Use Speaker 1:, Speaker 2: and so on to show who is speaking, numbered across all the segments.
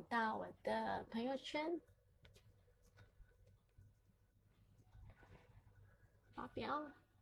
Speaker 1: 到我的朋友圈发表。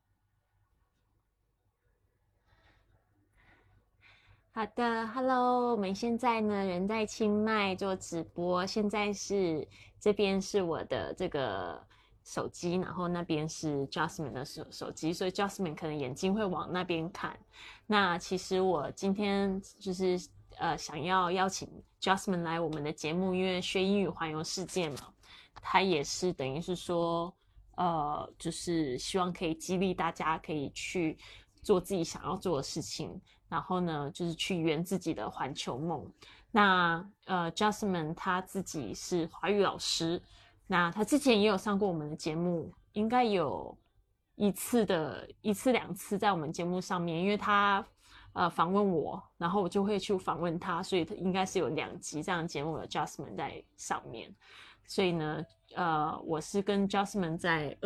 Speaker 1: 好的 ，Hello， 我们现在呢人在清迈做直播，现在是这边是我的这个手机，然后那边是 Jasmine 的手机，所以 Jasmine 可能眼睛会往那边看。那其实我今天就是想要邀请 Jasmine 来我们的节目，因为学英语环游世界嘛，他也是等于是说就是希望可以激励大家可以去做自己想要做的事情。然后呢，就是去圆自己的环球梦。那Jasmine 他自己是华语老师，那他之前也有上过我们的节目，应该有一次两次在我们节目上面，因为他访问我，然后我就会去访问他，所以他应该是有2集这样的节目有 Jasmine 在上面。所以呢，我是跟 Jasmine 在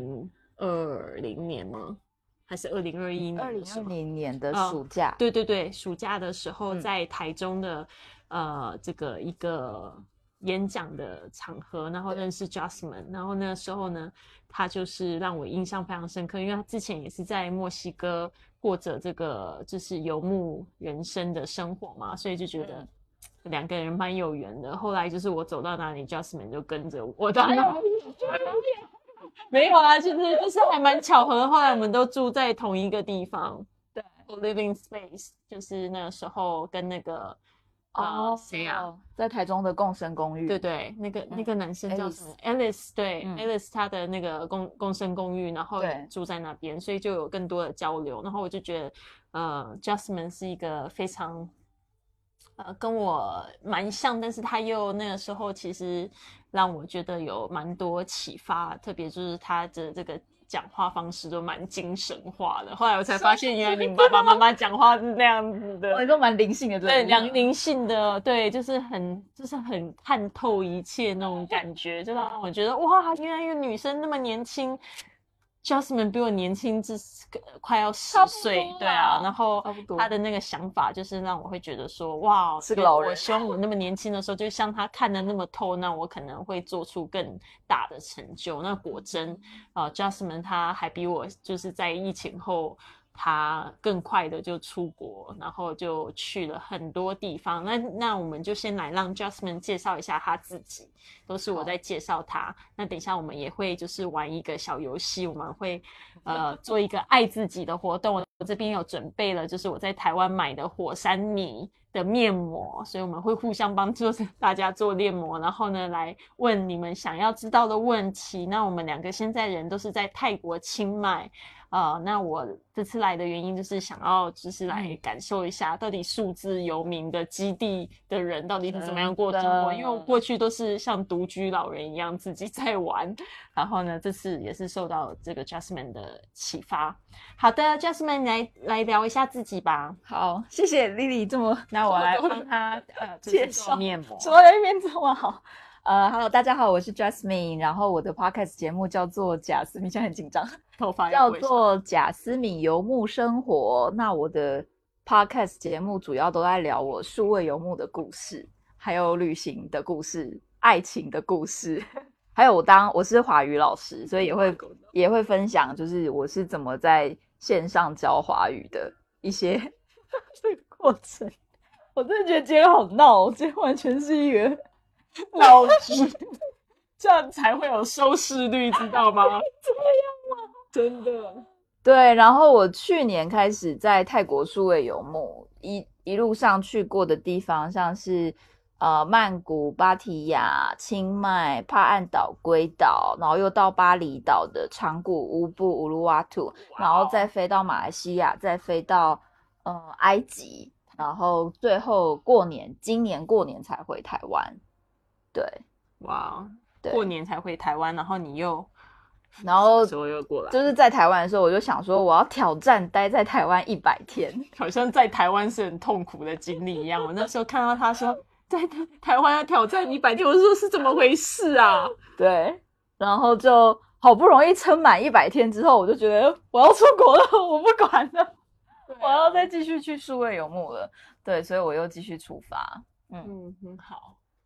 Speaker 1: 2020年吗？还是2021年
Speaker 2: ？2020年的暑假，
Speaker 1: 对对对，暑假的时候在台中的这个一个演讲的场合，然后认识 Jasmine， 然后那时候呢，他就是让我印象非常深刻，因为他之前也是在墨西哥过着这个就是游牧人生的生活嘛，所以就觉得2个人蛮有缘的。后来就是我走到哪里 ，Jasmine 就跟着我到哪里。没有啊，其实就是还蛮巧合的。后来我们都住在同一个地方，
Speaker 2: 对
Speaker 1: ，living space， 就是那时候跟那个谁啊，
Speaker 2: 在台中的共生公寓，
Speaker 1: 对对，那个男生叫什么 Alice， 对，Alice 他的那个共生公寓，然后住在那边，所以就有更多的交流。然后我就觉得Jasmine 是一个非常跟我蛮像，但是他又那个时候其实让我觉得有蛮多启发，特别就是他的这个讲话方式都蛮精神化的。后来我才发现，原来你爸爸妈妈讲话是那样子的，
Speaker 2: 你都蛮灵性的，
Speaker 1: 对，灵性的，对，就是很看透一切那种感觉，就让我觉得哇，原来一个女生那么年轻。Jasmine 比我年轻快要10岁，对啊，然后他的那个想法就是让我会觉得说，哇，
Speaker 2: 是个老人。
Speaker 1: 我希望我那么年轻的时候，就像他看得那么透，那我可能会做出更大的成就。那果真，Jasmine 他还比我就是在疫情后，他更快的就出国，然后就去了很多地方。那我们就先来让 Jasmine 介绍一下他自己，都是我在介绍他。那等一下我们也会就是玩一个小游戏，我们会做一个爱自己的活动。我这边有准备了，就是我在台湾买的火山泥的面膜，所以我们会互相帮助大家做面膜，然后呢来问你们想要知道的问题。那我们2个现在人都是在泰国清迈。那我这次来的原因就是想要就是来感受一下到底数字游民的基地的人到底是怎么样过生活，因为我过去都是像独居老人一样自己在玩，然后呢这次也是受到这个 Jasmine 的启发。好的 Jasmine 来聊一下自己吧。
Speaker 2: 好，谢谢 Lily 这么，
Speaker 1: 那我来帮他介绍面膜。
Speaker 2: 说在那边这么好。Hello， 大家好，我是 Jasmine， 然后我的 podcast 节目叫做贾斯敏，现在很紧张，
Speaker 1: 头发
Speaker 2: 叫做贾斯敏游牧生活。那我的 podcast 节目主要都在聊我数位游牧的故事，还有旅行的故事、爱情的故事，还有我是华语老师，所以也会分享，就是我是怎么在线上教华语的一些这个过程。我真的觉得今天好闹，今天完全是一个
Speaker 1: 闹剧，这样才会有收视率，知道吗？
Speaker 2: 这样吗？
Speaker 1: 真的。
Speaker 2: 对，然后我去年开始在泰国数位游牧，一路上去过的地方，像是曼谷、芭提雅、清迈、帕岸岛、龟岛，然后又到巴厘岛的长谷、乌布、乌鲁瓦图，然后再飞到马来西亚，再飞到埃及，然后最后今年过年才回台湾。对，
Speaker 1: 哇，过年才回台湾，然后你又过来，
Speaker 2: 就是在台湾的时候，我就想说我要挑战待在台湾100天，
Speaker 1: 好像在台湾是很痛苦的经历一样。我那时候看到他说在台湾要挑战100天，我就说是怎么回事啊？
Speaker 2: 对，然后就好不容易撑满100天之后，我就觉得我要出国了，我不管了，我要再继续去数位游牧了。对，所以我又继续出发。
Speaker 1: 很好。
Speaker 2: 对，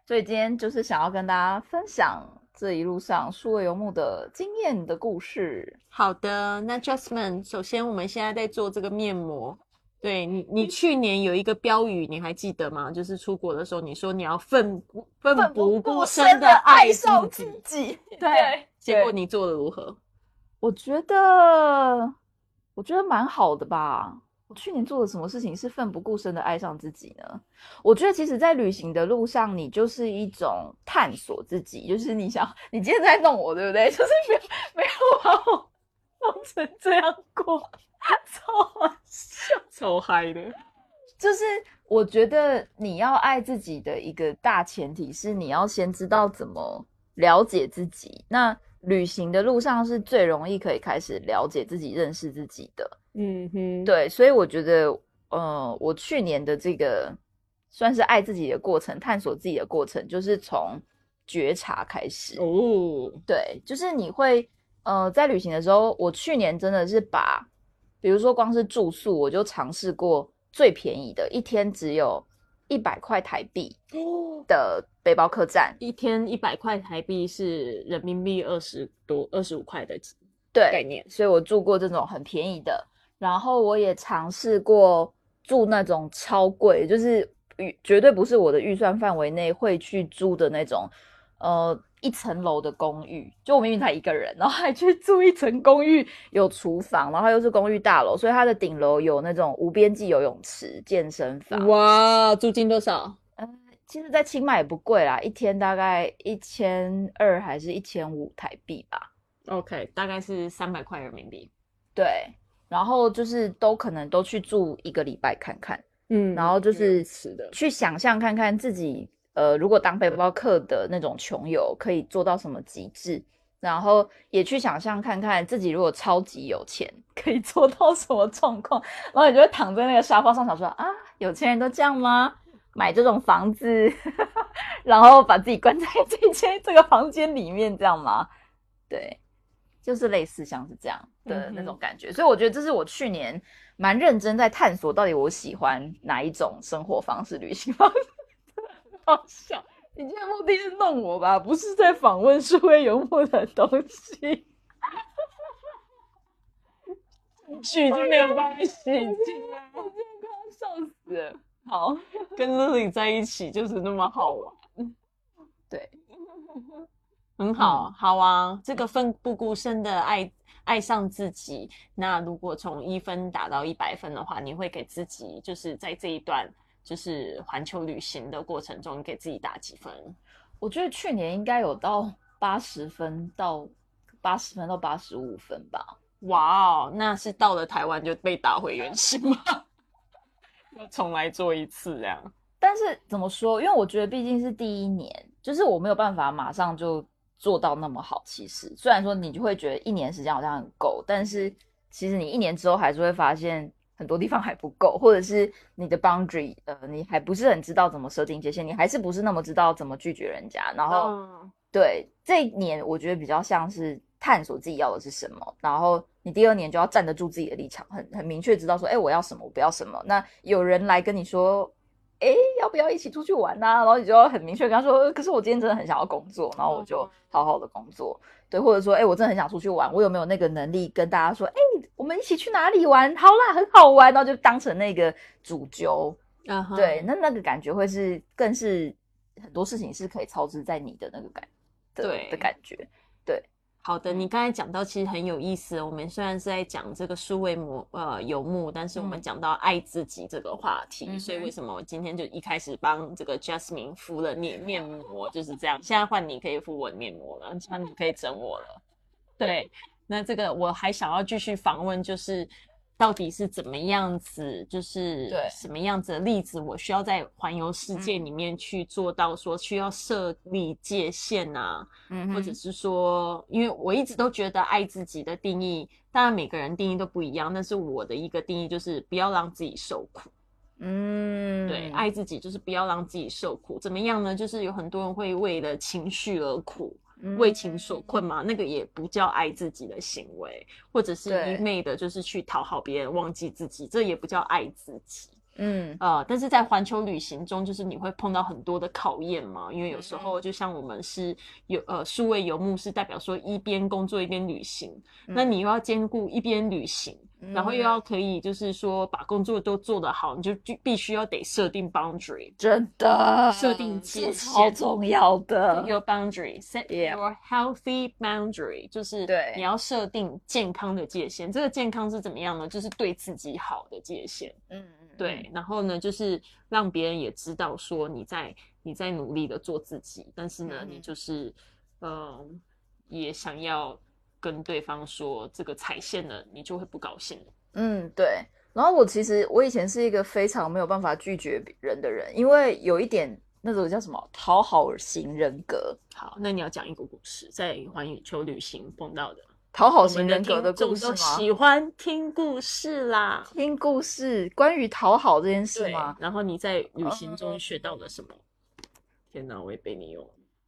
Speaker 2: 所以今天就是想要跟大家分享这一路上数位游牧的经验的故事。
Speaker 1: 好的，那 Jasmine， 首先我们现在在做这个面膜。对你去年有一个标语，你还记得吗？就是出国的时候，你说你要奋不顾身的爱上自己。对，结果你做的如何？
Speaker 2: 我觉得蛮好的吧。我去年做了什么事情是奋不顾身的爱上自己呢？我觉得其实在旅行的路上，你就是一种探索自己，就是你今天在弄我，对不对？就是没有把我弄成这样过，超好笑，
Speaker 1: 超嗨的。
Speaker 2: 就是我觉得你要爱自己的一个大前提是你要先知道怎么了解自己。那旅行的路上是最容易可以开始了解自己、认识自己的。对，所以我觉得，我去年的这个算是爱自己的过程、探索自己的过程，就是从觉察开始。对，就是你会，在旅行的时候，我去年真的是把，比如说光是住宿，我就尝试过最便宜的，一天只有100块台币的背包客栈，
Speaker 1: 一天100块台币是人民币25块的概念。
Speaker 2: 所以我住过这种很便宜的。然后我也尝试过住那种超贵，就是绝对不是我的预算范围内会去租的那种1层楼的公寓。就我明明才一个人，然后还去住1层公寓，有厨房，然后又是公寓大楼，所以它的顶楼有那种无边际游泳池、健身房。
Speaker 1: 哇，租金多少？
Speaker 2: 其实在清迈也不贵啦，一天大概1200还是1500台币吧。
Speaker 1: OK， 大概是300块人民币。
Speaker 2: 对，然后就是可能都去住1个礼拜看看，然后就是去想象看看自己，如果当背包客的那种穷游可以做到什么极致，然后也去想象看看自己如果超级有钱可以做到什么状况，然后你就会躺在那个沙发上想说啊，有钱人都这样吗？买这种房子，然后把自己关在这个房间里面，这样吗？对。就是类似像是这样的那种感觉，所以我觉得这是我去年蛮认真在探索到底我喜欢哪一种生活方式、旅行方式。好笑，你今天目的是弄我吧，不是在访问数位游牧的东西。
Speaker 1: 洗就没有办法洗净啊！
Speaker 2: 我真的快要笑死了。好，
Speaker 1: 跟 Lily 在一起就是那么好玩。
Speaker 2: 对。
Speaker 1: 很好，好啊！这个奋不顾身的爱上自己。那如果从1分打到100分的话，你会给自己就是在这一段就是环球旅行的过程中，给自己打几分？
Speaker 2: 我觉得去年应该有到80分到85分吧。
Speaker 1: 哇哦，那是到了台湾就被打回原形吗？要重来做一次这样？
Speaker 2: 但是怎么说？因为我觉得毕竟是第一年，就是我没有办法马上就做到那么好。其实虽然说你就会觉得1年时间好像很够，但是其实你1年之后还是会发现很多地方还不够，或者是你的 boundary 你还不是很知道怎么设定界限，你还是不是那么知道怎么拒绝人家。然后对，这1年我觉得比较像是探索自己要的是什么，然后你第2年就要站得住自己的立场，很明确知道说，我要什么，我不要什么。那有人来跟你说要不要一起出去玩啊？然后你就要很明确跟他说，可是我今天真的很想要工作，然后我就好好的工作。对，或者说我真的很想出去玩，我有没有那个能力跟大家说我们一起去哪里玩？好啦，很好玩，然后就当成那个主揪。对，那个感觉会是更是很多事情是可以操之在你的那个的感觉。对。
Speaker 1: 好的，你刚才讲到其实很有意思。我们虽然是在讲这个数位游牧，但是我们讲到爱自己这个话题，所以为什么我今天就一开始帮这个 Jasmine 敷了面膜，就是这样。现在换你可以敷我的面膜了，现在你可以整我了。对，那这个我还想要继续访问，就是到底是怎么样子，就是什么样子的例子，我需要在环游世界里面去做到说需要设立界限啊，或者是说，因为我一直都觉得爱自己的定义，当然每个人定义都不一样，但是我的一个定义就是不要让自己受苦。对，爱自己就是不要让自己受苦。怎么样呢？就是有很多人会为了情绪而苦，为情所困嘛，那个也不叫爱自己的行为，或者是一昧的就是去讨好别人，忘记自己，这也不叫爱自己。 但是在环球旅行中，就是你会碰到很多的考验嘛，因为有时候就像我们是数位游牧，是代表说一边工作一边旅行，那你又要兼顾一边旅行，然后又要可以就是说把工作都做得好，你就必须要得设定 boundary，
Speaker 2: 真的
Speaker 1: 设定界限，
Speaker 2: 超重要的。
Speaker 1: Your boundary, set your healthy boundary， 就是你要设定健康的界限。这个健康是怎么样呢？就是对自己好的界限。对，然后呢，就是让别人也知道说你在努力的做自己，但是呢，你就是也想要跟对方说这个踩线了，你就会不高兴。
Speaker 2: 对。然后我以前是一个非常没有办法拒绝人的人，因为有一点那种叫什么讨好型人格。
Speaker 1: 好，那你要讲一个故事，在环球旅行碰到的。
Speaker 2: 讨好型人格的故事吗？
Speaker 1: 喜欢听故事啦，
Speaker 2: 听故事关于讨好这件事吗？
Speaker 1: 然后你在旅行中学到了什么？天哪，我也被你用，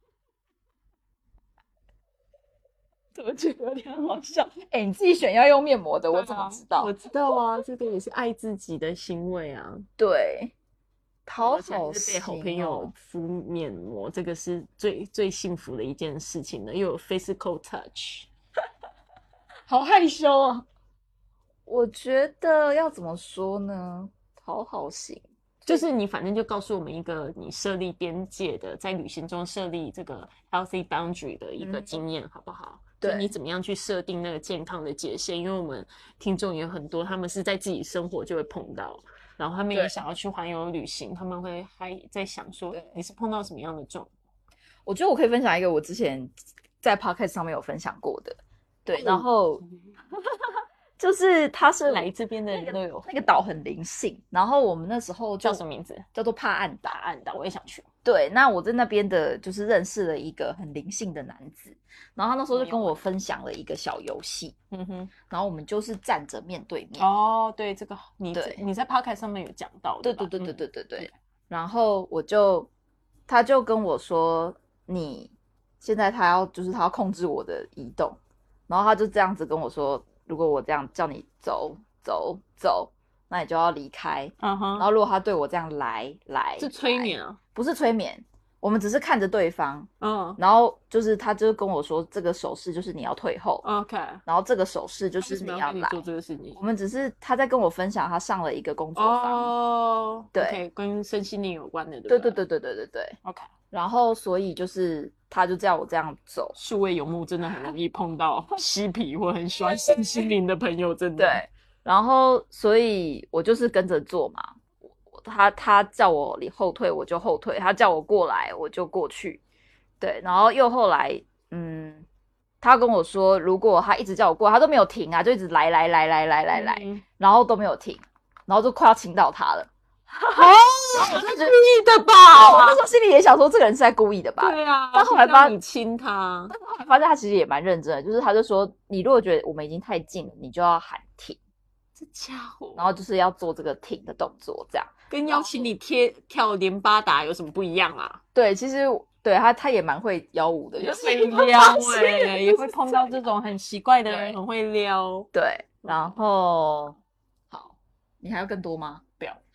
Speaker 1: 怎么觉得有点好笑？
Speaker 2: 你自己选要用面膜的，我怎么知道？
Speaker 1: 我知道啊，这个也是爱自己的行为啊。
Speaker 2: 对，讨好
Speaker 1: 是被好朋友敷面膜，这个是最幸福的一件事情了，又有 physical touch。好害羞啊！
Speaker 2: 我觉得要怎么说呢？讨好型
Speaker 1: 就是你反正就告诉我们一个你设立边界的，在旅行中设立这个 healthy boundary 的一个经验，好不好？对，你怎么样去设定那个健康的界限？因为我们听众有很多，他们是在自己生活就会碰到，然后他们也想要去环游旅行，他们会还在想说你是碰到什么样的状况？
Speaker 2: 我觉得我可以分享一个我之前在 podcast 上面有分享过的。对，然后就是他是
Speaker 1: 来这边的人都有
Speaker 2: 那个岛很灵性，然后我们那时候
Speaker 1: 叫什么名字？
Speaker 2: 叫做帕岸岛。
Speaker 1: 我也想去。
Speaker 2: 对，那我在那边的就是认识了一个很灵性的男子，然后他那时候就跟我分享了一个小游戏，然后我们就是站着面对面。
Speaker 1: 对，这个你在 podcast 上面有讲到的吧？
Speaker 2: 对。然后他就跟我说，你现在他要控制我的移动。然后他就这样子跟我说，如果我这样叫你走，那你就要离开。然后如果他对我这样来，
Speaker 1: 是催眠啊？
Speaker 2: 不是催眠，我们只是看着对方。然后他就跟我说，这个手势就是你要退后。
Speaker 1: OK。
Speaker 2: 然后这个手势就是你要来。
Speaker 1: 做这个事情。
Speaker 2: 我们只是他在跟我分享，他上了一个工作坊。
Speaker 1: 对，跟身心灵有关的，
Speaker 2: 对。
Speaker 1: OK。
Speaker 2: 然后所以他就叫我这样走。
Speaker 1: 数位游牧真的很容易碰到嬉皮或很喜欢身心灵的朋友，真的。
Speaker 2: 对，然后所以我就是跟着做嘛。他叫我后退我就后退，他叫我过来我就过去。对，然后又后来他跟我说，如果他一直叫我过，他都没有停啊，就一直来，然后都没有停，然后就快要亲到他了。
Speaker 1: 我是故意的吧？
Speaker 2: 我那时候心里也想说，这个人是在故意的吧？
Speaker 1: 对啊。
Speaker 2: 但后来发现
Speaker 1: 你亲他，
Speaker 2: 但后来发现他其实也蛮认真的，就是他就说，你如果觉得我们已经太近了，你就要喊停。
Speaker 1: 这家伙，
Speaker 2: 然后就是要做这个停的动作，这样
Speaker 1: 跟邀请你跳连巴达有什么不一样啊？
Speaker 2: 对，其实对他也蛮会邀舞的，就是
Speaker 1: 会撩也会碰到这种很奇怪的人，很会撩。
Speaker 2: 对，然后好，你还要更多吗？
Speaker 1: 不要。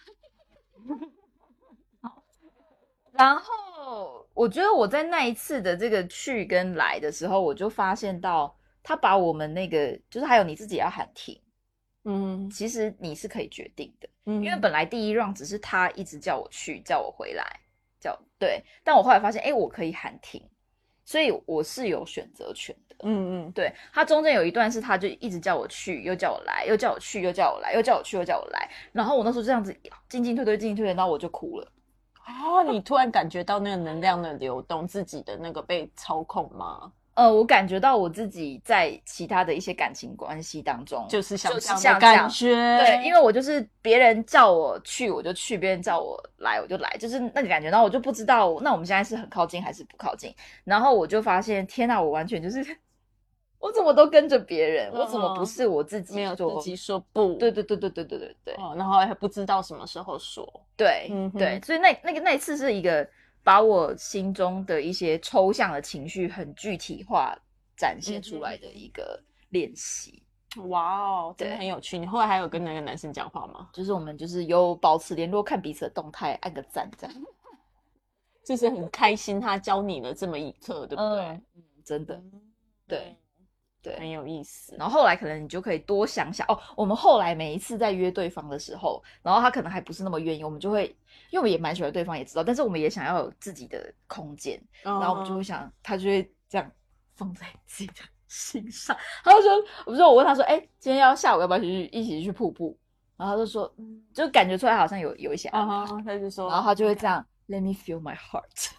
Speaker 2: 好，然后我觉得我在那一次的这个去跟来的时候，我就发现到他把我们那个就是还有你自己要喊停。其实你是可以决定的。因为本来第一 round 只是他一直叫我去，叫我回来，对，但我后来发现，我可以喊停，所以我是有选择权的。对，他中间有一段是他就一直叫我去，又叫我来，又叫我去，又叫我来，又叫我去，又叫我来，然后我那时候这样子进进退退，然后我就哭了。
Speaker 1: 你突然感觉到那个能量的流动，自己的那个被操控吗？
Speaker 2: 我感觉到我自己在其他的一些感情关系当中，
Speaker 1: 就是像这样的感觉。
Speaker 2: 对，因为我就是别人叫我去我就去，别人叫我来我就来，就是那个感觉。然后我就不知道，那我们现在是很靠近还是不靠近？然后我就发现，天哪，我完全就是我怎么都跟着别人，我怎么不是我自己？
Speaker 1: 没有自己说不。
Speaker 2: 对。
Speaker 1: 然后还不知道什么时候说。
Speaker 2: 对。所以那一次是一个把我心中的一些抽象的情绪很具体化展现出来的一个练习。
Speaker 1: 哇哦，真的
Speaker 2: 对
Speaker 1: 很有趣。你后来还有跟那个男生讲话吗？
Speaker 2: 就是我们就是有保持联络，看彼此的动态，按个赞这样。
Speaker 1: 就是很开心他教你了这么一课，对不对？
Speaker 2: 真的，对对，
Speaker 1: 很有意思。
Speaker 2: 然后后来可能你就可以多想想哦。我们后来每一次在约对方的时候，然后他可能还不是那么愿意，我们就会，因为我们也蛮喜欢对方，也知道，但是我们也想要有自己的空间，然后我们就会想，他就会这样放在自己的心上。他就说，我问他说，今天下午要不要一起去瀑布？然后他就说，就感觉出来好像有一些安排，
Speaker 1: 他就说，
Speaker 2: 然后他就会这样，Let me feel my heart。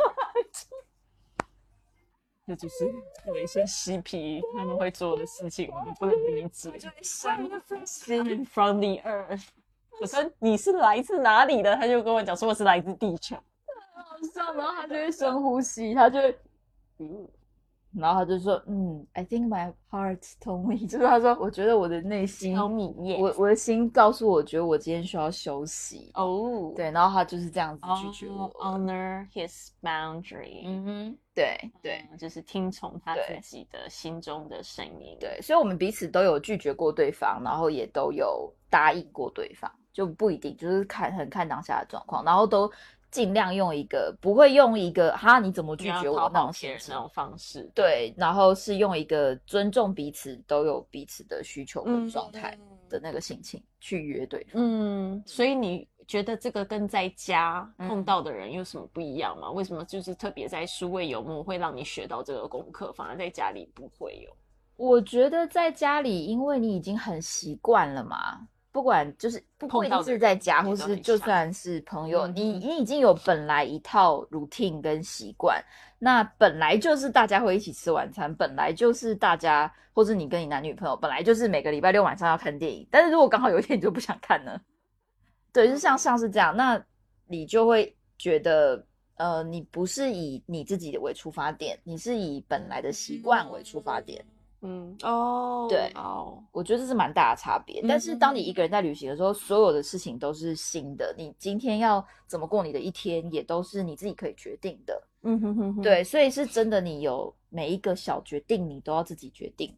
Speaker 1: 这就是有一些嬉皮他们会做的事情，我们不能理解。Sing from the earth。我说你是来自哪里的？他就跟我讲说我是来自地球。
Speaker 2: 好笑，然后他就会深呼吸，他就会，然后他就说，I think my heart told me，就是他说，我觉得我的内心，我的心告诉我，觉得我今天需要休息。
Speaker 1: 哦，
Speaker 2: 对，然后他就是这样子拒绝我。
Speaker 1: Honor his boundary。
Speaker 2: 对，
Speaker 1: 就是听从他自己的心中的声音。
Speaker 2: 对，所以我们彼此都有拒绝过对方，然后也都有答应过对方，就不一定，就是很看当下的状况，然后都尽量用一个不会用一个哈你怎么拒绝我那种心情
Speaker 1: 那种方式。
Speaker 2: 对，然后是用一个尊重彼此都有彼此的需求跟状态的那个心情去约对方。
Speaker 1: 所以你觉得这个跟在家碰到的人有什么不一样吗？为什么就是特别在数位游牧会让你学到这个功课，反而在家里不会有？
Speaker 2: 我觉得在家里，因为你已经很习惯了嘛，不管就是不一定是在家，或是就算是朋友，你已经有本来一套 routine 跟习惯，那本来就是大家会一起吃晚餐，本来就是大家，或是你跟你男女朋友，本来就是每个礼拜六晚上要看电影，但是如果刚好有一天你就不想看呢？对，就像是这样，那你就会觉得，你不是以你自己为出发点，你是以本来的习惯为出发点。对，我觉得这是蛮大的差别。但是当你一个人在旅行的时候，所有的事情都是新的，你今天要怎么过你的一天，也都是你自己可以决定的。对，所以是真的，你有每一个小决定，你都要自己决定。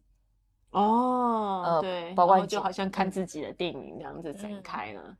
Speaker 1: 对，
Speaker 2: 包括
Speaker 1: 就好像看自己的电影这样子展开了。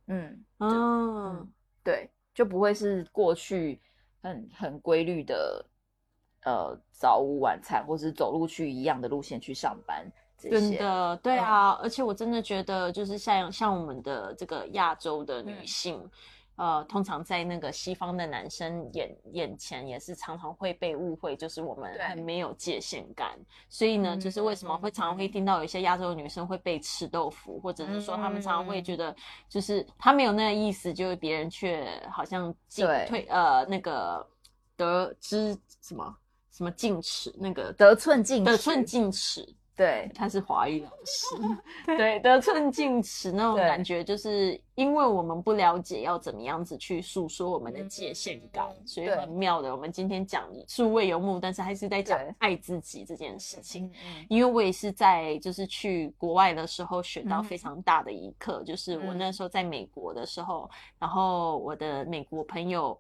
Speaker 2: 对，就不会是过去很规律的早午晚餐，或是走路去一样的路线去上班。
Speaker 1: 真的，对啊，而且我真的觉得，就是像我们的这个亚洲的女性，通常在那个西方的男生眼前，也是常常会被误会，就是我们很没有界限感。所以呢，就是为什么常常会听到有一些亚洲的女生会被吃豆腐，或者是说他们常常会觉得，就是他没有那个意思，就是别人却好像那个得知什么进尺，那个
Speaker 2: 得寸进尺。对，
Speaker 1: 他是华语老师。对，得寸进尺那种感觉，就是因为我们不了解要怎么样子去诉说我们的界限感，所以很妙的。我们今天讲数位游牧，但是还是在讲爱自己这件事情。因为我也是在就是去国外的时候学到非常大的一课，就是我那时候在美国的时候，然后我的美国朋友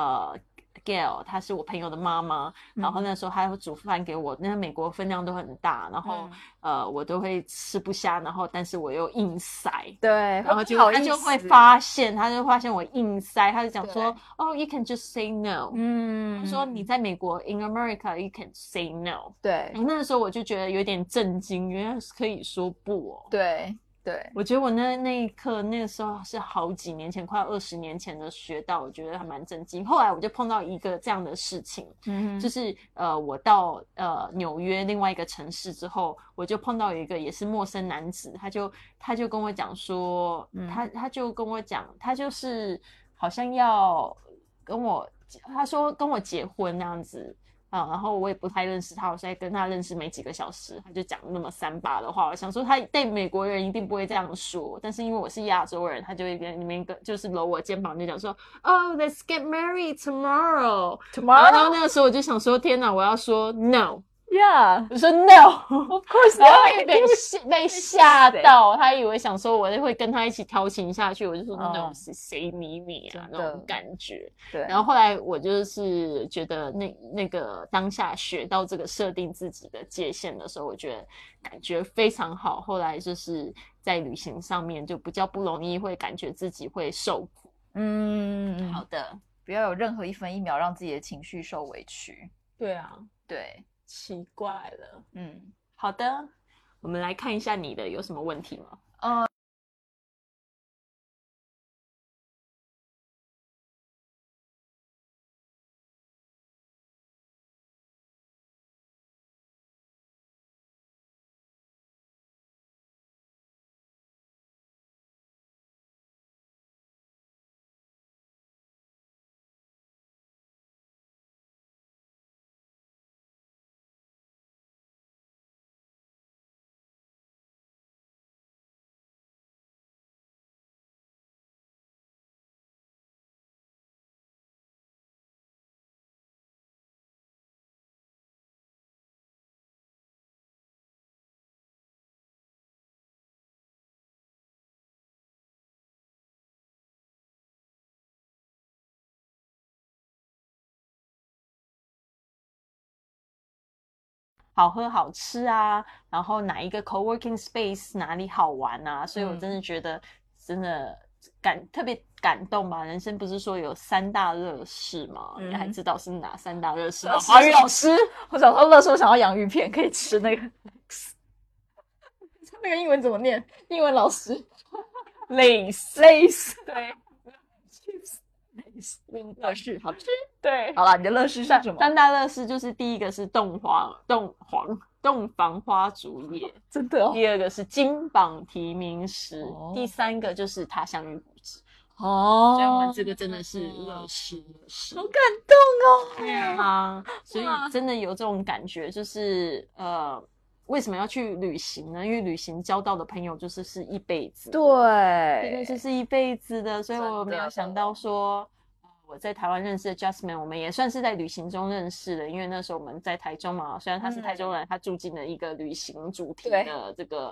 Speaker 1: Gail， 她是我朋友的妈妈，然后那时候她会煮饭给我，那美国分量都很大，然后我都会吃不下，然后但是我又硬塞，
Speaker 2: 对，
Speaker 1: 然后他就会发现我硬塞，他就讲说you can just say no，他说你在美国 in America you can say no，
Speaker 2: 对，
Speaker 1: 那个时候我就觉得有点震惊，原来可以说不哦，
Speaker 2: 对，
Speaker 1: 我觉得我那一刻那个时候是好几年前，快20年前的学到，我觉得还蛮震惊。后来我就碰到一个这样的事情，就是我到纽约另外一个城市之后，我就碰到有一个也是陌生男子，他就跟我讲说，他就跟我讲，他就是好像要他说跟我结婚那样子。然后我也不太认识他，我现在跟他认识没几个小时，他就讲那么3把的话，我想说他对美国人一定不会这样说，但是因为我是亚洲人，他就会跟里面就是搂我肩膀就讲说let's get married tomorrow， 然后那个时候我就想说天哪，我要说 no，
Speaker 2: Yeah,
Speaker 1: 我说 No，
Speaker 2: of course
Speaker 1: 然后
Speaker 2: not.
Speaker 1: 有点被吓到，他以为想说我会跟他一起调情下去，我就说 No，是谁理你啊
Speaker 2: 真的
Speaker 1: 那种感觉。
Speaker 2: 对，
Speaker 1: 然后后来我就是觉得那个当下学到这个设定自己的界限的时候，我觉得感觉非常好。后来就是在旅行上面就比较不容易会感觉自己会受苦。好的，
Speaker 2: 不要有任何一分一秒让自己的情绪受委屈。
Speaker 1: 对啊，
Speaker 2: 对，
Speaker 1: 奇怪了。好的，我们来看一下你的有什么问题吗？好喝好吃啊，然后哪一个 co-working space 哪里好玩啊，所以我真的觉得真的特别感动吧。人生不是说有3大乐事吗？你还知道是哪3大乐事吗？华语老师，
Speaker 2: 我想说乐事，我想要洋芋片可以吃那个，那个英文怎么念？英文老师
Speaker 1: Lace 对。
Speaker 2: 乐事好吃。
Speaker 1: 对，
Speaker 2: 好啦，你的乐事是什么
Speaker 1: ？3大乐事就是第一个是洞房花烛夜，
Speaker 2: 真的哦。
Speaker 1: 第2个是金榜题名时，第3个就是他乡遇故知。所以我们这个真的是乐事，
Speaker 2: 好感动哦。
Speaker 1: 对啊，所以真的有这种感觉，就是为什么要去旅行呢？因为旅行交到的朋友就是一辈子，
Speaker 2: 对，
Speaker 1: 真的就是一辈子的，所以我没有想到说。我在台湾认识的 Jasmine， 我们也算是在旅行中认识的，因为那时候我们在台中嘛，虽然他是台中人，他住进了一个旅行主题的这个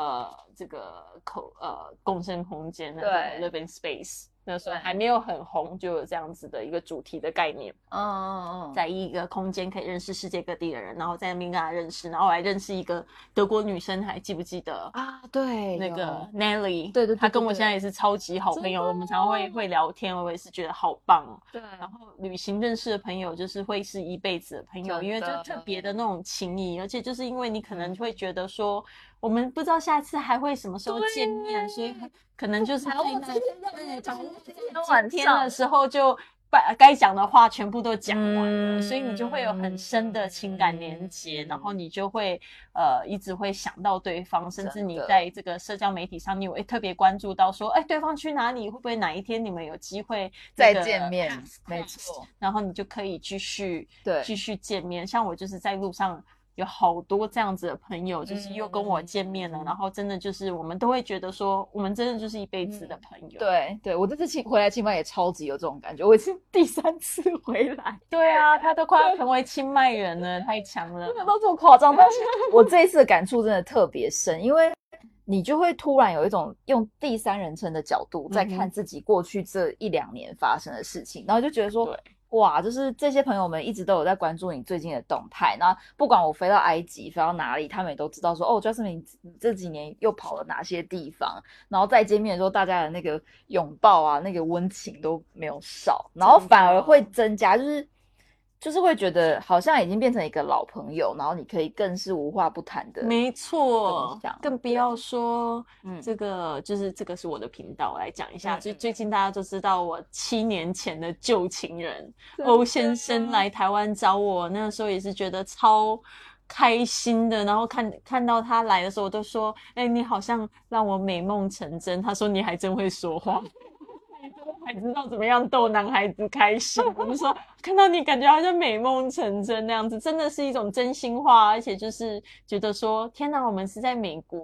Speaker 1: 共生空间的 living space。那时候还没有很红，就有这样子的一个主题的概念。在一个空间可以认识世界各地的人，然后在那边跟他认识，然后还认识一个德国女生，还记不记得
Speaker 2: 啊？对，
Speaker 1: 那个 Nelly，
Speaker 2: 对，
Speaker 1: 她跟我现在也是超级好朋友，我们常常会聊天，我也是觉得好棒哦。
Speaker 2: 对，
Speaker 1: 然后旅行认识的朋友就是会是一辈子的朋友，因为就特别的那种情谊，而且就是因为你可能会觉得说，我们不知道下一次还会什么时候见面，所以可能就是在今天的时候就该讲的话全部都讲完了，所以你就会有很深的情感连接，然后你就会一直会想到对方，甚至你在这个社交媒体上，你会特别关注到说，哎，对方去哪里，会不会哪一天你们有机会
Speaker 2: 再见面？没错，
Speaker 1: 然后你就可以继续见面。像我就是在路上。有好多这样子的朋友，就是又跟我见面了，然后真的就是我们都会觉得说，我们真的就是一辈子的朋友。
Speaker 2: 对，我这次回来清迈也超级有这种感觉，我已经第3次回来。
Speaker 1: 对啊，他都快要成为清迈人了，太强了。
Speaker 2: 没有到这么夸张，但是我这一次的感触真的特别深，因为你就会突然有一种用第3人称的角度在看自己过去这1-2年发生的事情，然后就觉得说。哇，就是这些朋友们一直都有在关注你最近的动态，那不管我飞到埃及，飞到哪里，他们也都知道说，哦 ，Jasmine， 你这几年又跑了哪些地方？然后再见面的时候，大家的那个拥抱啊，那个温情都没有少，然后反而会增加，就是会觉得好像已经变成一个老朋友，然后你可以更是无话不谈的。
Speaker 1: 没错，更不要说这个，就是这个是我的频道，我来讲一下。最近大家都知道我7年前的旧情人欧先生来台湾找我，那个时候也是觉得超开心的。然后看到他来的时候，我都说：“哎，你好像让我美梦成真。”他说：“你还真会说话。”还知道怎么样逗男孩子开心，我就说看到你感觉好像美梦成真那样子，真的是一种真心话，而且就是觉得说天哪，我们是在美国，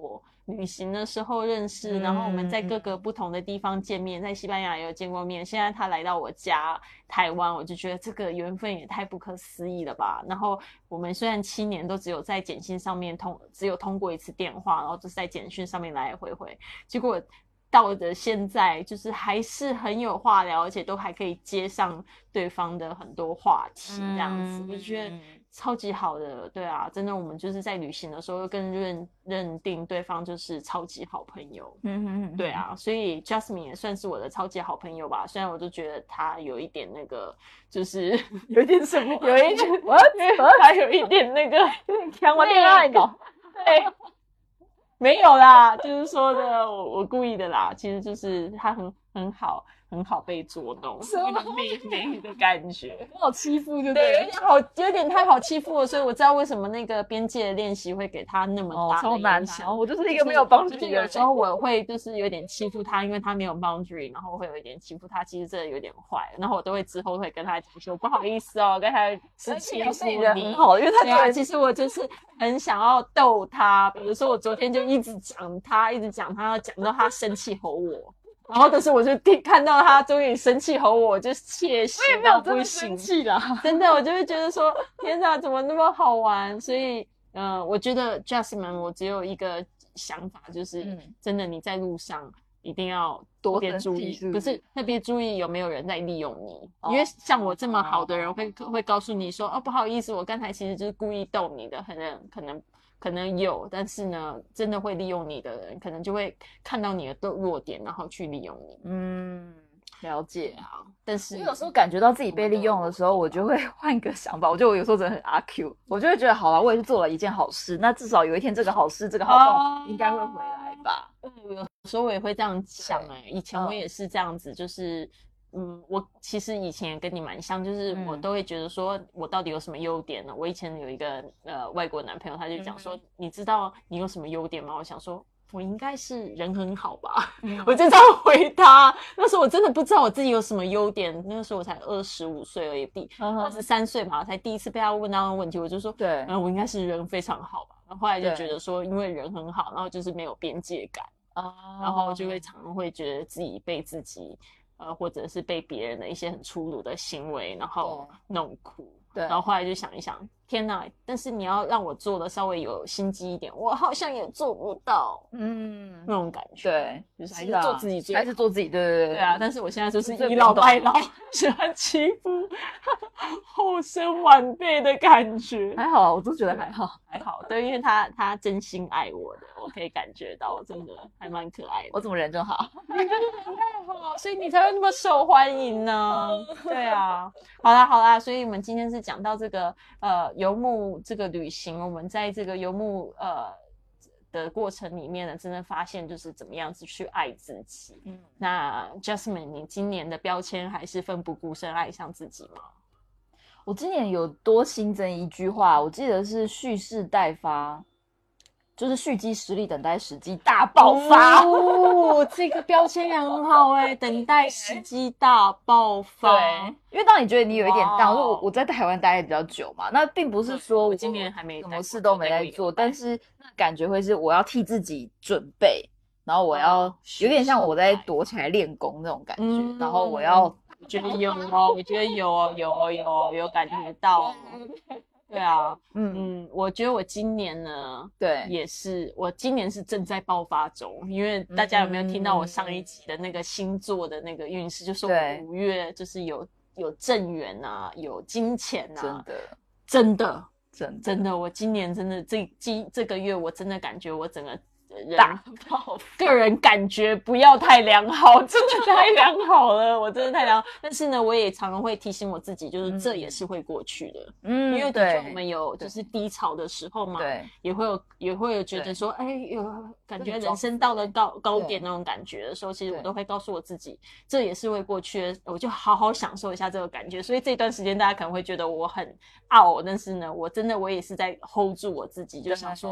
Speaker 1: 旅行的时候认识，然后我们在各个不同的地方见面，在西班牙也有见过面，现在他来到我家台湾，我就觉得这个缘分也太不可思议了吧。然后我们虽然7年都只有在简讯上面只有通过一次电话，然后就是在简讯上面来来回回，结果到了现在就是还是很有话聊，而且都还可以接上对方的很多话题这样子，我觉得超级好的。对啊，真的我们就是在旅行的时候更认定对方就是超级好朋友。对啊，所以 Jasmine 也算是我的超级好朋友吧，虽然我就觉得他有一点那个就是
Speaker 2: 有一点什么，
Speaker 1: 有一点他有一点那个
Speaker 2: 有点强玩恋爱脑。
Speaker 1: 对，没有啦，就是说的我故意的啦，其实就是他很好被捉弄，那个妹的感觉，
Speaker 2: 很好欺负就
Speaker 1: 对，
Speaker 2: 对，
Speaker 1: 有点太好欺负了，所以我知道为什么那个边界的练习会给他那么大的影响。
Speaker 2: 我就是一个没有 boundary 的人，
Speaker 1: 有时候我会就是有点欺负他，因为他没有 boundary， 然后会有一点欺负他，其实这有点坏，然后我都会之后会跟他讲说不好意思哦，刚才是欺负你，
Speaker 2: 很好，因为他
Speaker 1: 对其实我就是很想要逗他，比如说我昨天就一直讲他，要讲到他生气吼我。然后但是我就看到他终于生气吼我就窃喜到不行
Speaker 2: 啦，
Speaker 1: 真的我就会觉得说天哪怎么那么好玩。所以我觉得 Jasmine 我只有一个想法，就是真的你在路上一定要多别注意，不是特别注意有没有人在利用你，因为像我这么好的人会告诉你说哦不好意思，我刚才其实就是故意逗你的，可能有，但是呢真的会利用你的人可能就会看到你的弱点然后去利用你。
Speaker 2: 了解啊。
Speaker 1: 但是
Speaker 2: 有时候感觉到自己被利用的时候，我就会换个想法，我有时候真的很阿 Q， 我就会觉得好了，我也是做了一件好事，那至少有一天这个好事这个好动应该会回来吧。
Speaker 1: 有时候我也会这样想以前我也是这样子，就是我其实以前也跟你蛮像，就是我都会觉得说我到底有什么优点呢？我以前有一个外国男朋友，他就讲说你知道你有什么优点吗？我想说我应该是人很好吧，我就这样回他。那时候我真的不知道我自己有什么优点，那个时候我才25岁而已，23岁嘛，才第一次被他问到的问题，我就说对，我应该是人非常好吧。然后后来就觉得说因为人很好，然后就是没有边界感然后就会常常会觉得自己被自己或者是被别人的一些很粗鲁的行为然后弄苦。对，然后后来就想一想，天哪！但是你要让我做的稍微有心机一点，我好像也做不到。那种感觉。对，就是还是做自己，
Speaker 2: 还是做自己。对
Speaker 1: 啊！但是我现在就是倚老卖老，喜欢欺负后生晚辈的感觉。
Speaker 2: 还好，我都觉得还好。
Speaker 1: 对，因为他真心爱我的，我可以感觉到，真的还蛮可爱的。
Speaker 2: 我怎么人真好？
Speaker 1: 你真的人太好，所以你才会那么受欢迎呢。对啊，好啦，所以我们今天是讲到这个游牧这个旅行，我们在这个游牧的过程里面呢，真的发现就是怎么样子去爱自己。那 Jasmine 你今年的标签还是奋不顾身爱上自己吗？
Speaker 2: 我今年有多新增一句话，我记得是蓄势待发，就是蓄积实力，等待时机大爆发。
Speaker 1: 这个标签也很好等待时机大爆发。
Speaker 2: 对，因为当你觉得你有一点down，我在台湾待比较久嘛，那并不是说
Speaker 1: 我今年还没
Speaker 2: 什么事都没在做，但是那感觉会是我要替自己准备，然后我要有点像我在躲起来练功那种感觉，然后我要。
Speaker 1: 我觉得有有感觉到。对啊，我觉得我今年呢，对，也是我今年是正在爆发中，因为大家有没有听到我上一集的那个星座的那个运势，就是我5月就是有正缘啊，有金钱啊，真的，我今年真的这个月我真的感觉我整个。个人感觉不要太良好，真的太良好了，我真的太良好。但是呢，我也常常会提醒我自己，就是这也是会过去的。因为的确我们有就是低潮的时候嘛，也会有觉得说，有感觉人生到了高点那种感觉的时候，其实我都会告诉我自己，这也是会过去的，我就好好享受一下这个感觉。所以这段时间大家可能会觉得我很傲，但是呢，我也是在 hold 住我自己，就想说。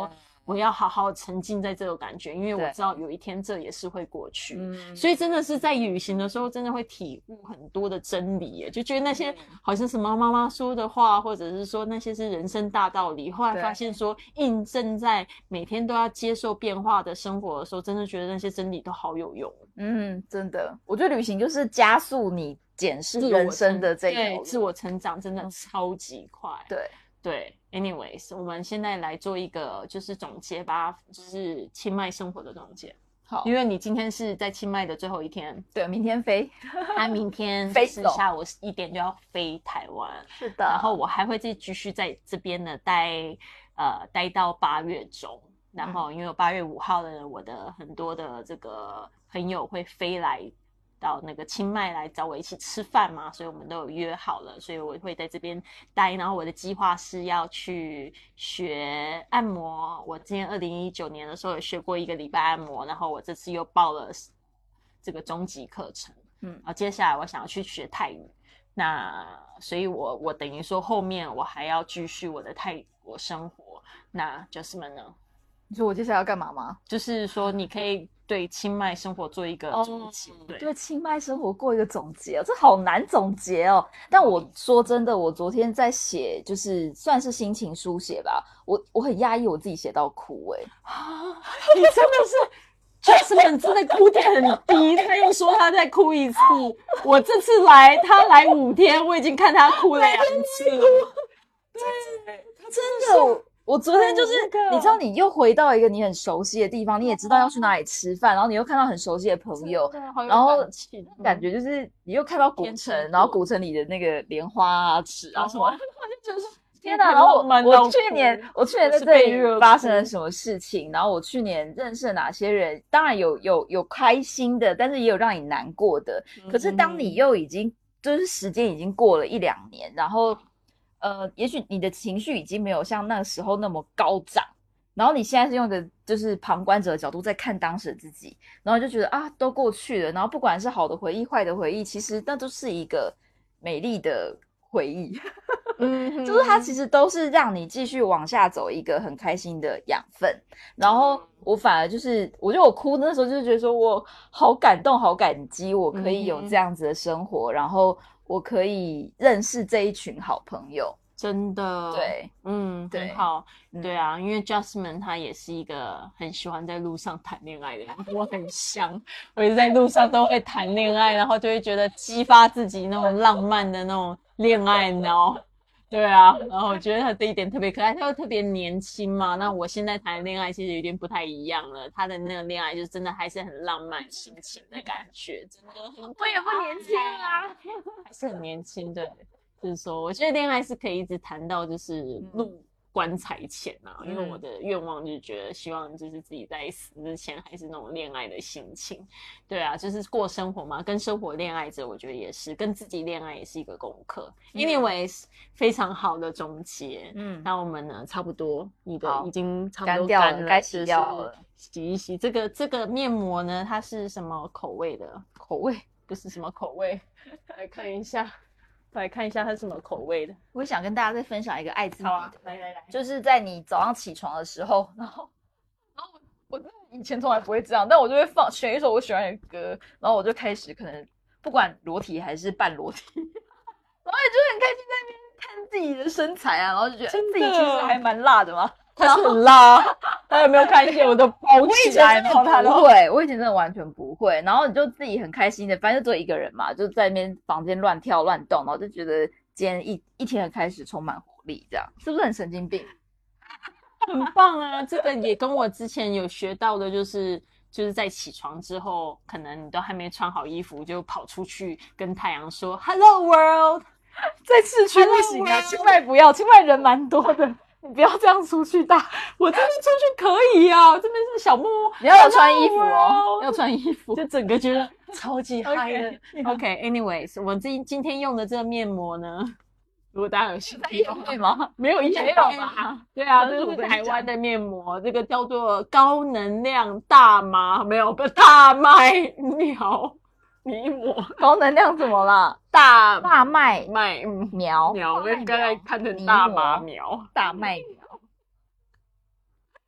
Speaker 1: 我要好好沉浸在这个感觉，因为我
Speaker 2: 对
Speaker 1: 知道有一天这也是会过去。
Speaker 2: 嗯，
Speaker 1: 所以真的是在旅行的时候，真的会体悟很多的真理耶，就觉得那些好像什么妈妈说的话，或者是说那些是人生大道理。后来发现说，印证在每天都要接受变化的生活的时候，真的觉得那些真理都好有用。
Speaker 2: 真的，我觉得旅行就是加速你检视人生的这条路，
Speaker 1: 自我成长真的超级快。对 ，anyways， 我们现在来做一个就是总结吧，就是清迈生活的总结。
Speaker 2: 好，
Speaker 1: 因为你今天是在清迈的最后一天，
Speaker 2: 对，明天飞，
Speaker 1: 他明天是下午1点就要飞台湾，
Speaker 2: 是的，
Speaker 1: 然后我还会继续在这边呢待到8月中，然后因为8月5号呢，我的很多的这个朋友会飞来到那个清迈来找我一起吃饭嘛，所以我们都有约好了，所以我会在这边待。然后我的计划是要去学按摩，我今年2019年的时候有学过1个礼拜按摩，然后我这次又报了这个中级课程，然后接下来我想要去学泰语，那所以我等于说后面我还要继续我的泰国生活。那 Jasmine 呢？
Speaker 2: 你说我接下来要干嘛吗？
Speaker 1: 就是说你可以对清迈生活做一个总结，
Speaker 2: 对清迈生活过一个总结，这好难总结哦。但我说真的，我昨天在写，就是算是心情书写吧。我很压抑，我自己写到哭
Speaker 1: 你真的是Jasmine 真的哭点很低，他又说他再哭一次。我这次他来5天，我已经看他哭了2次了。
Speaker 2: 对，真的。我昨天就是，你知道，你又回到一个你很熟悉的地方，你也知道要去哪里吃饭，然后你又看到很熟悉的朋友，然后感觉就是你又看到古城，然后古城里的那个莲花池啊什么，就是天哪！然后我去年在这里发生了什么事情，然后我去年认识了哪些人，当然有开心的，但是也有让你难过的。可是当你又已经就是时间已经过了1-2年，然后。也许你的情绪已经没有像那个时候那么高涨，然后你现在是用一个就是旁观者的角度在看当时的自己，然后就觉得啊，都过去了，然后不管是好的回忆、坏的回忆，其实那都是一个美丽的回忆，就是它其实都是让你继续往下走一个很开心的养分。然后我反而就是，我觉得我哭那时候就是觉得说我好感动、好感激，我可以有这样子的生活，然后。我可以认识这一群好朋友，
Speaker 1: 真的，
Speaker 2: 对，
Speaker 1: 很好，对啊，因为 Jasmine 她也是一个很喜欢在路上谈恋爱的人，我很像，我也在路上都会谈恋爱，然后就会觉得激发自己那种浪漫的那种恋爱脑，对啊，然后我觉得他这一点特别可爱，他又特别年轻嘛。那我现在谈的恋爱其实有点不太一样了，他的那个恋爱就真的还是很浪漫心情的感觉，真的很。
Speaker 2: 我也不年轻啊，
Speaker 1: 还是很年轻，对，就是说，我觉得恋爱是可以一直谈到就是入棺材前啊，因为我的愿望就是觉得希望就是自己在死之前还是那种恋爱的心情，对啊，就是过生活嘛，跟生活恋爱着，我觉得也是跟自己恋爱也是一个功课。Anyways， 非常好的总结，那我们呢差不多，你的已经差不多干了，
Speaker 2: 该洗掉了，
Speaker 1: 洗一洗。这个面膜呢，它是什么口味的？
Speaker 2: 口味
Speaker 1: 不是什么口味，来看一下。来看一下它是什么口味的。
Speaker 2: 我想跟大家再分享一个爱自己的，
Speaker 1: 来，
Speaker 2: 就是在你早上起床的时候，然后我以前从来不会这样，但我就会选一首我喜欢的歌，然后我就开始可能不管裸体还是半裸体，然后也就很开心在那边看自己的身材啊，然后就觉得自己其实还蛮辣的嘛。
Speaker 1: 他是很辣，他有没有看见我都包起来？然后他
Speaker 2: 不会，我以前真的完全不会。然后你就自己很开心的，反正就只有一个人嘛，就在那边房间乱跳乱动，然后就觉得今天一天的开始充满活力，这样是不是很神经病？
Speaker 1: 很棒啊！这个也跟我之前有学到的，就是在起床之后，可能你都还没穿好衣服，就跑出去跟太阳说 “Hello World”。
Speaker 2: 在市区不行啊，清迈不要，清迈人蛮多的。你不要这样出去大，
Speaker 1: 我这边出去可以啊，这边是小木屋，
Speaker 2: 你要有穿衣服哦，要穿衣服，
Speaker 1: 就整个觉得超级嗨的。OK，anyways， 我今天用的这个面膜呢，如果大家有兴趣
Speaker 2: 用对吗？
Speaker 1: 没有业配吧？对啊，这是台湾的面膜，这个叫做高能量大麻，没有，不是大麦苗。泥膜
Speaker 2: 高能量怎么了？
Speaker 1: 大
Speaker 2: 麦苗，
Speaker 1: 我刚才看成大麻苗，
Speaker 2: 大麦苗。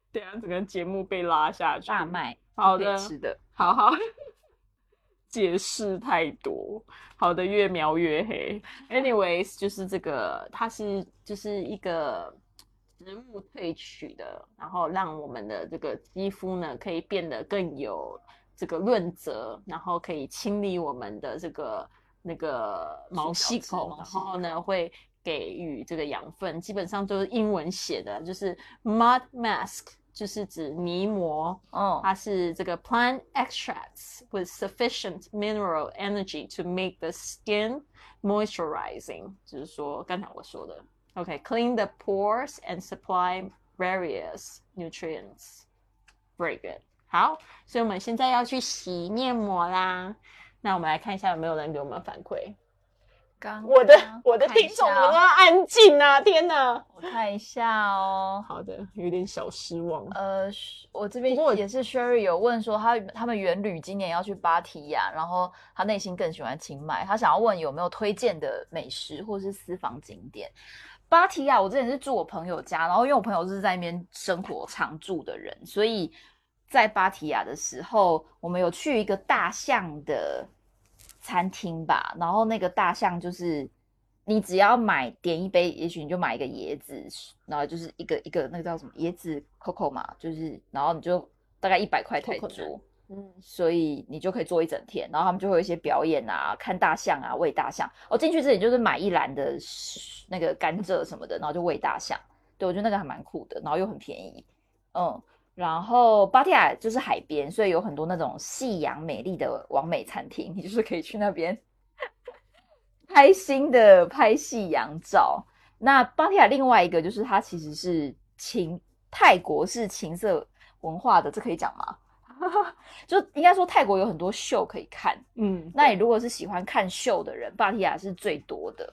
Speaker 1: 对啊，整个节目被拉下去。
Speaker 2: 大麦，
Speaker 1: 好的，
Speaker 2: 可以吃的，
Speaker 1: 好好，解释太多。好的，越描越黑。Anyways，就是这个，它是就是一个植物萃取的，然后让我们的这个肌肤呢可以变得更有这个润泽，然后可以清理我们的这个那个毛细孔，然后呢会给予这个养分，基本上都是英文写的，就是 mud mask。就是指泥膜，它是这个 plant extracts with sufficient mineral energy to make the skin moisturizing， 就是说刚才我说的 ，OK，clean the pores and supply various nutrients。Very good， 好，所以我们现在要去洗面膜啦。那我们来看一下有没有人给我们反馈。我的听众怎么那么安静啊！天哪，
Speaker 2: 我看一下哦。
Speaker 1: 好的，有点小失望。
Speaker 2: 我这边也是 Sherry 有问说他们原旅今年要去芭提雅，然后他内心更喜欢清迈，他想要问有没有推荐的美食或是私房景点。芭提雅我之前是住我朋友家，然后因为我朋友是在那边生活常住的人，所以在芭提雅的时候，我们有去一个大象的餐厅吧，然后那个大象就是你只要点一杯，也许你就买一个椰子，然后就是一个那个叫什么椰子 Coco 嘛，就是然后你就大概100块台铢，所以你就可以坐一整天，然后他们就会有一些表演啊，看大象啊，喂大象。进去之前就是买一篮的那个甘蔗什么的，然后就喂大象。对，我觉得那个还蛮酷的，然后又很便宜，然后芭提雅就是海边，所以有很多那种夕阳美丽的网美餐厅，你就是可以去那边开心的拍夕阳照。那芭提雅另外一个就是它其实是泰国是情色文化的，这可以讲吗？就应该说泰国有很多秀可以看，那你如果是喜欢看秀的人，芭提雅是最多的。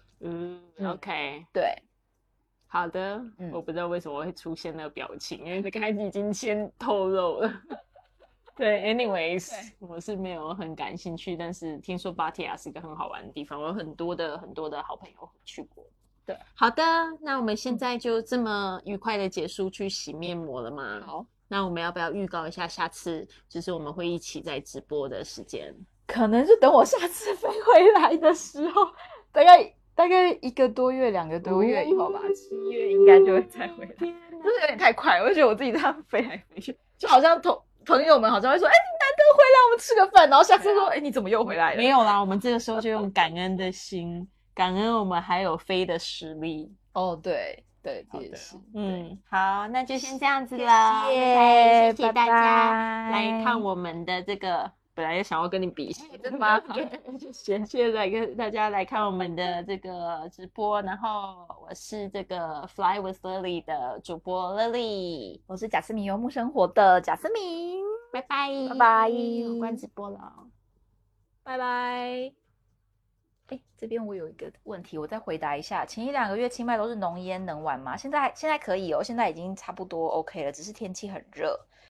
Speaker 1: OK，
Speaker 2: 对。
Speaker 1: 好的，我不知道为什么会出现那个表情，因为刚才已经先透露了。对 ，anyways， 我是没有很感兴趣，但是听说芭提雅是一个很好玩的地方，我有很多的好朋友去过。
Speaker 2: 对，
Speaker 1: 好的，那我们现在就这么愉快的结束去洗面膜了吗？
Speaker 2: 好，
Speaker 1: 那我们要不要预告一下下次就是我们会一起在直播的时间？
Speaker 2: 可能是等我下次飞回来的时候，大概1个多月、2个多月以后吧，7月应该就会再回来。就是有点太快，我就觉得我自己这样飞来飞去，就好像朋友们好像会说：“你难得回来，我们吃个饭。”然后下次说：“你怎么又回来了？”
Speaker 1: 没有啦，我们这个时候就用感恩的心，感恩我们还有飞的实力。
Speaker 2: 对，这也是。
Speaker 1: 好，那就先这样子了。谢谢大家来看我们的这个。本来也想要跟你比，
Speaker 2: 真的吗？
Speaker 1: 谢谢大家来看我们的这个直播，然后我是这个 Fly with Lily 的主播 Lily，
Speaker 2: 我是贾斯敏游牧生活的贾斯敏，
Speaker 1: 拜拜，我关直播了，
Speaker 2: 拜拜。这边我有一个问题，我再回答一下。前1-2个月清迈都是浓烟能玩吗？现在可以哦，现在已经差不多 OK 了，只是天气很热。